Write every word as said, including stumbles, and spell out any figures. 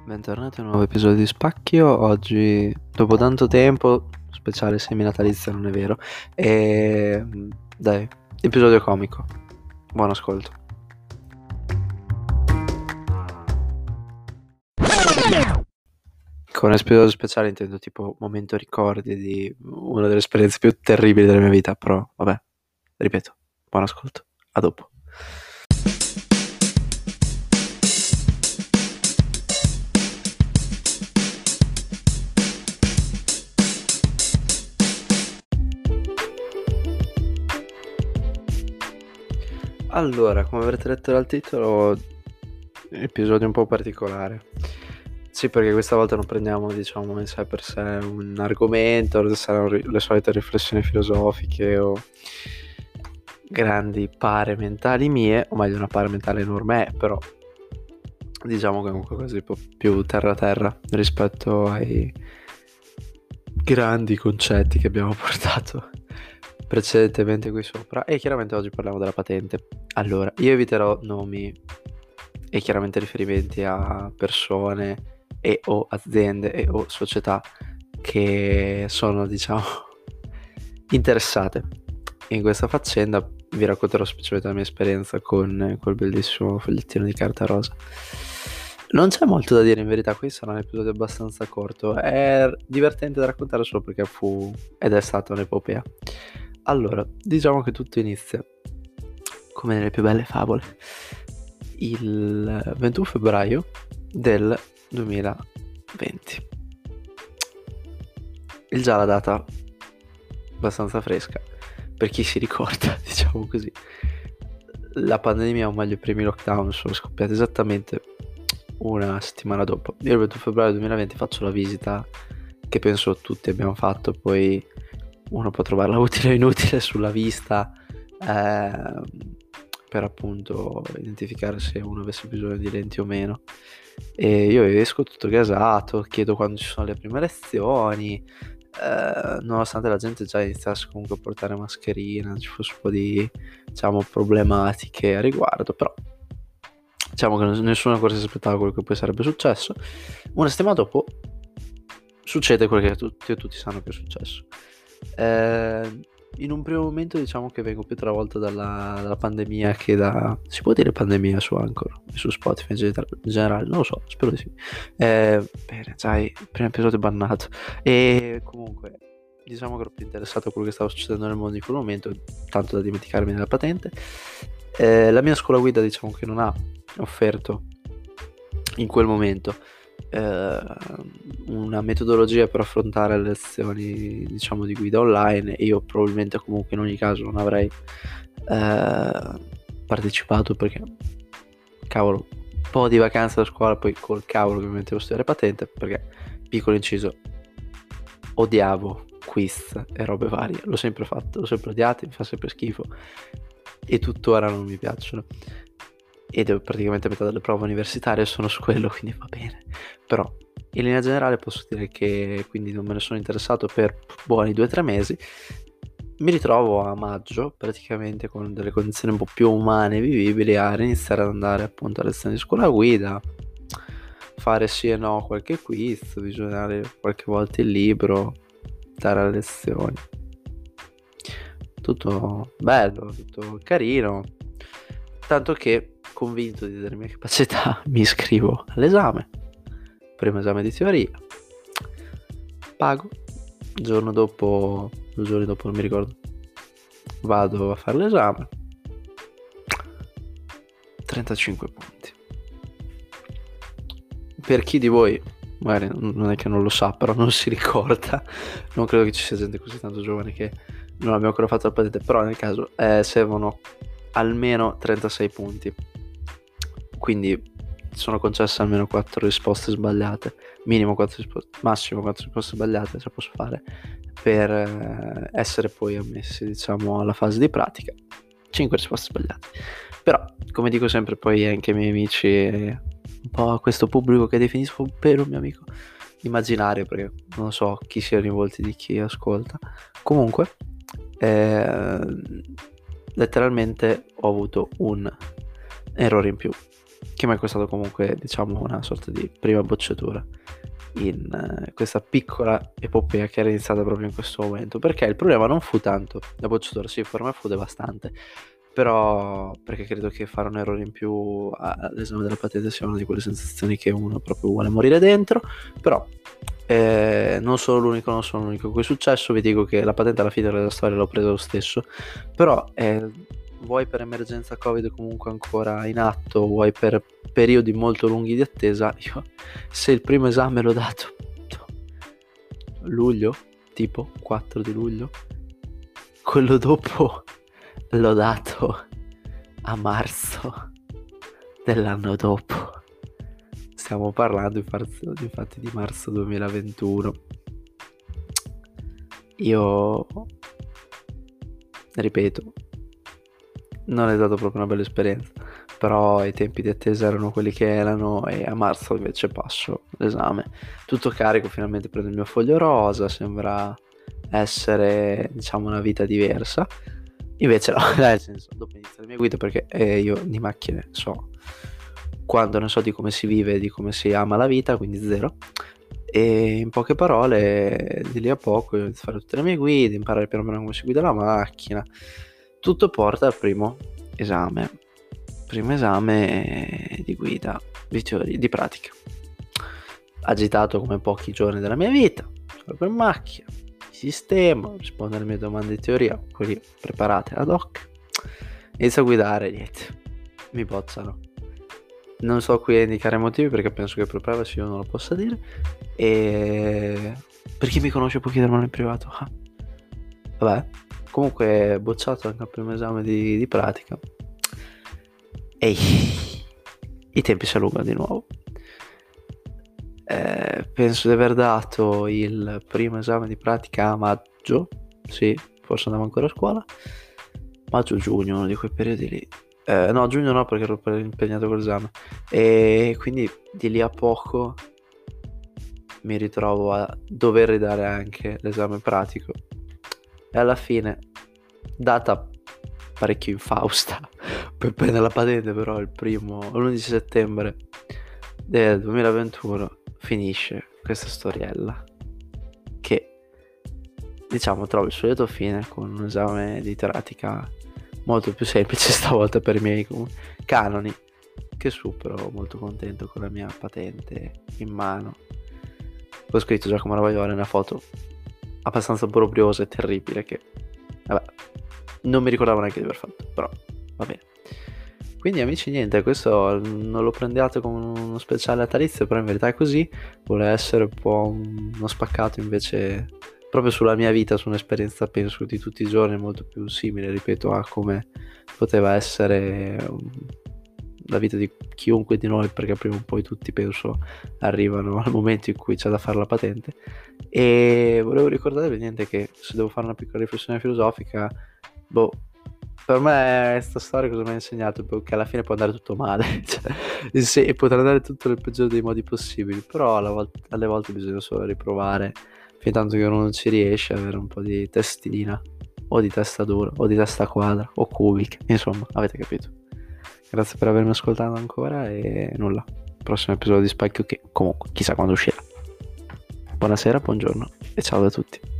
Bentornati a un nuovo episodio di Spacchio. Oggi, dopo tanto tempo, speciale semi natalizio, non è vero. E dai, episodio comico. Buon ascolto. Con episodio speciale intendo tipo momento ricordi di una delle esperienze più terribili della mia vita. Però, vabbè, ripeto, buon ascolto. A dopo. Allora, come avrete letto dal titolo, episodio un po' particolare. Sì, perché questa volta non prendiamo, diciamo, in sé per sé un argomento, non saranno le solite riflessioni filosofiche o grandi pare mentali mie, o meglio una pare mentale enorme, però diciamo che è un qualcosa di un po' più terra terra rispetto ai grandi concetti che abbiamo portato precedentemente qui sopra. E chiaramente oggi parliamo della patente. Allora, io eviterò nomi e chiaramente riferimenti a persone e o aziende e o società che sono, diciamo, interessate in questa faccenda. Vi racconterò semplicemente la mia esperienza con quel bellissimo fogliettino di carta rosa. Non c'è molto da dire in verità, qui sarà un episodio abbastanza corto, è divertente da raccontare solo perché fu ed è stata un'epopea. Allora, diciamo che tutto inizia come nelle più belle favole il ventuno febbraio del duemilaventi. Il già la data abbastanza fresca per chi si ricorda, diciamo così. La pandemia, o meglio i primi lockdown, sono scoppiati esattamente una settimana dopo. Io il ventuno febbraio duemilaventi faccio la visita che penso tutti abbiamo fatto, poi uno può trovarla utile o inutile sulla vista eh, per appunto identificare se uno avesse bisogno di lenti o meno. E io esco tutto gasato, chiedo quando ci sono le prime lezioni, eh, nonostante la gente già iniziasse comunque a portare mascherina, ci fosse un po' di, diciamo, problematiche a riguardo, però diciamo che nessuno ancora si aspettava quello che poi sarebbe successo. Una settimana dopo succede quello che tutti e tutti sanno che è successo. Eh, in un primo momento diciamo che vengo più travolto dalla, dalla pandemia che da... si può dire pandemia su Anchor e su Spotify in generale, in generale? Non lo so, spero di sì. Eh, bene, sai, il primo episodio è bannato. E comunque diciamo che ero più interessato a quello che stava succedendo nel mondo in quel momento, tanto da dimenticarmi della patente. Eh, la mia scuola guida diciamo che non ha offerto in quel momento eh, una metodologia per affrontare le lezioni, diciamo, di guida online, e io probabilmente comunque in ogni caso non avrei eh, partecipato perché cavolo, un po' di vacanza da scuola, poi col cavolo che mi mettevo a studiare patente, perché, piccolo inciso, odiavo quiz e robe varie, l'ho sempre fatto, l'ho sempre odiato, mi fa sempre schifo e tuttora non mi piacciono. Ed praticamente metà delle prove universitarie sono su quello, quindi va bene. Però in linea generale posso dire che quindi non me ne sono interessato per buoni due o tre mesi. Mi ritrovo a maggio praticamente con delle condizioni un po' più umane e vivibili a iniziare ad andare appunto a lezioni di scuola guida, fare sì e no qualche quiz, visionare qualche volta il libro, dare le lezioni. Tutto bello, tutto carino, tanto che, convinto delle mie capacità, mi iscrivo all'esame, primo esame di teoria, pago, il giorno dopo, due giorni dopo non mi ricordo, vado a fare l'esame, trentacinque punti. Per chi di voi magari non è che non lo sa, però non si ricorda, non credo che ci sia gente così tanto giovane che non abbiamo ancora fatto la patente, però nel caso eh, servono almeno trentasei punti, quindi sono concesse almeno quattro risposte sbagliate, minimo quattro risposte, massimo quattro risposte sbagliate se posso fare, per eh, essere poi ammessi, diciamo, alla fase di pratica. cinque risposte sbagliate, però come dico sempre poi anche ai miei amici, un po' a questo pubblico che definisco un pelo mio amico immaginario, perché non so chi siano i volti di chi ascolta. Comunque eh, letteralmente ho avuto un errore in più, che mi è costato comunque, diciamo, una sorta di prima bocciatura in eh, questa piccola epopea che era iniziata proprio in questo momento, perché il problema non fu tanto la bocciatura, sì, per me fu devastante, però perché credo che fare un errore in più all'esame della patente sia una di quelle sensazioni che uno proprio vuole morire dentro, però eh, non sono l'unico, non sono l'unico a cui è successo. Vi dico che la patente alla fine della storia l'ho presa lo stesso, però eh, vuoi per emergenza Covid comunque ancora in atto, vuoi per periodi molto lunghi di attesa, io se il primo esame l'ho dato luglio, tipo quattro di luglio, quello dopo l'ho dato a marzo dell'anno dopo. Stiamo parlando infatti di marzo duemilaventuno. Io ripeto, non è stata proprio una bella esperienza, però i tempi di attesa erano quelli che erano e a marzo invece passo l'esame tutto carico, finalmente prendo il mio foglio rosa, sembra essere, diciamo, una vita diversa. Invece no, nel senso, dopo inizio la mia guida, perché eh, io di macchine so quando ne so di come si vive, di come si ama la vita, quindi zero. E in poche parole, di lì a poco io inizio a fare tutte le mie guide, imparare piano piano come si guida la macchina. Tutto porta al primo esame. Primo esame di guida, di teoria, di pratica. Agitato come pochi giorni della mia vita, salgo in macchina, sistema, rispondo alle mie domande di teoria, quelli preparate ad hoc. Inizio a guidare, niente, mi bozzano. Non so qui a indicare motivi perché penso che per privacy io non lo possa dire. E per chi mi conosce può chiedermelo in privato. Ah. Vabbè, comunque bocciato anche al primo esame di, di pratica. E i tempi si allungano di nuovo. Eh, penso di aver dato il primo esame di pratica a maggio. Sì, forse andavo ancora a scuola. Maggio-giugno, uno di quei periodi lì. Eh, no, giugno no, perché ero impegnato con l'esame. E quindi di lì a poco mi ritrovo a dover ridare anche l'esame pratico. E alla fine, data parecchio infausta per prendere la patente, però il primo, l'undici settembre del duemilaventuno finisce questa storiella che, diciamo, trova il suo lieto fine con un esame di pratica molto più semplice stavolta per i miei canoni, che supero, molto contento con la mia patente in mano. Ho scritto Giacomo Ravaiole, una foto abbastanza obbrobriosa e terribile che, vabbè, non mi ricordavo neanche di aver fatto, però va bene. Quindi amici, niente, questo non lo prendiate come uno speciale natalizio, però in verità è così. Vuole essere un po' uno spaccato invece proprio sulla mia vita, su un'esperienza penso di tutti i giorni molto più simile, ripeto, a come poteva essere la vita di chiunque di noi, perché prima o poi tutti penso arrivano al momento in cui c'è da fare la patente. E volevo ricordarvi niente che se devo fare una piccola riflessione filosofica, boh, per me questa storia cosa mi ha insegnato? Che alla fine può andare tutto male, cioè, sì, e potrà andare tutto nel peggiore dei modi possibili, però alla volta, alle volte bisogna solo riprovare, fin tanto che uno non ci riesce, avere un po' di testina, o di testa dura, o di testa quadra, o cubica, insomma, avete capito. Grazie per avermi ascoltato ancora e nulla, prossimo episodio di Spike che comunque chissà quando uscirà. Buonasera, buongiorno e ciao da tutti.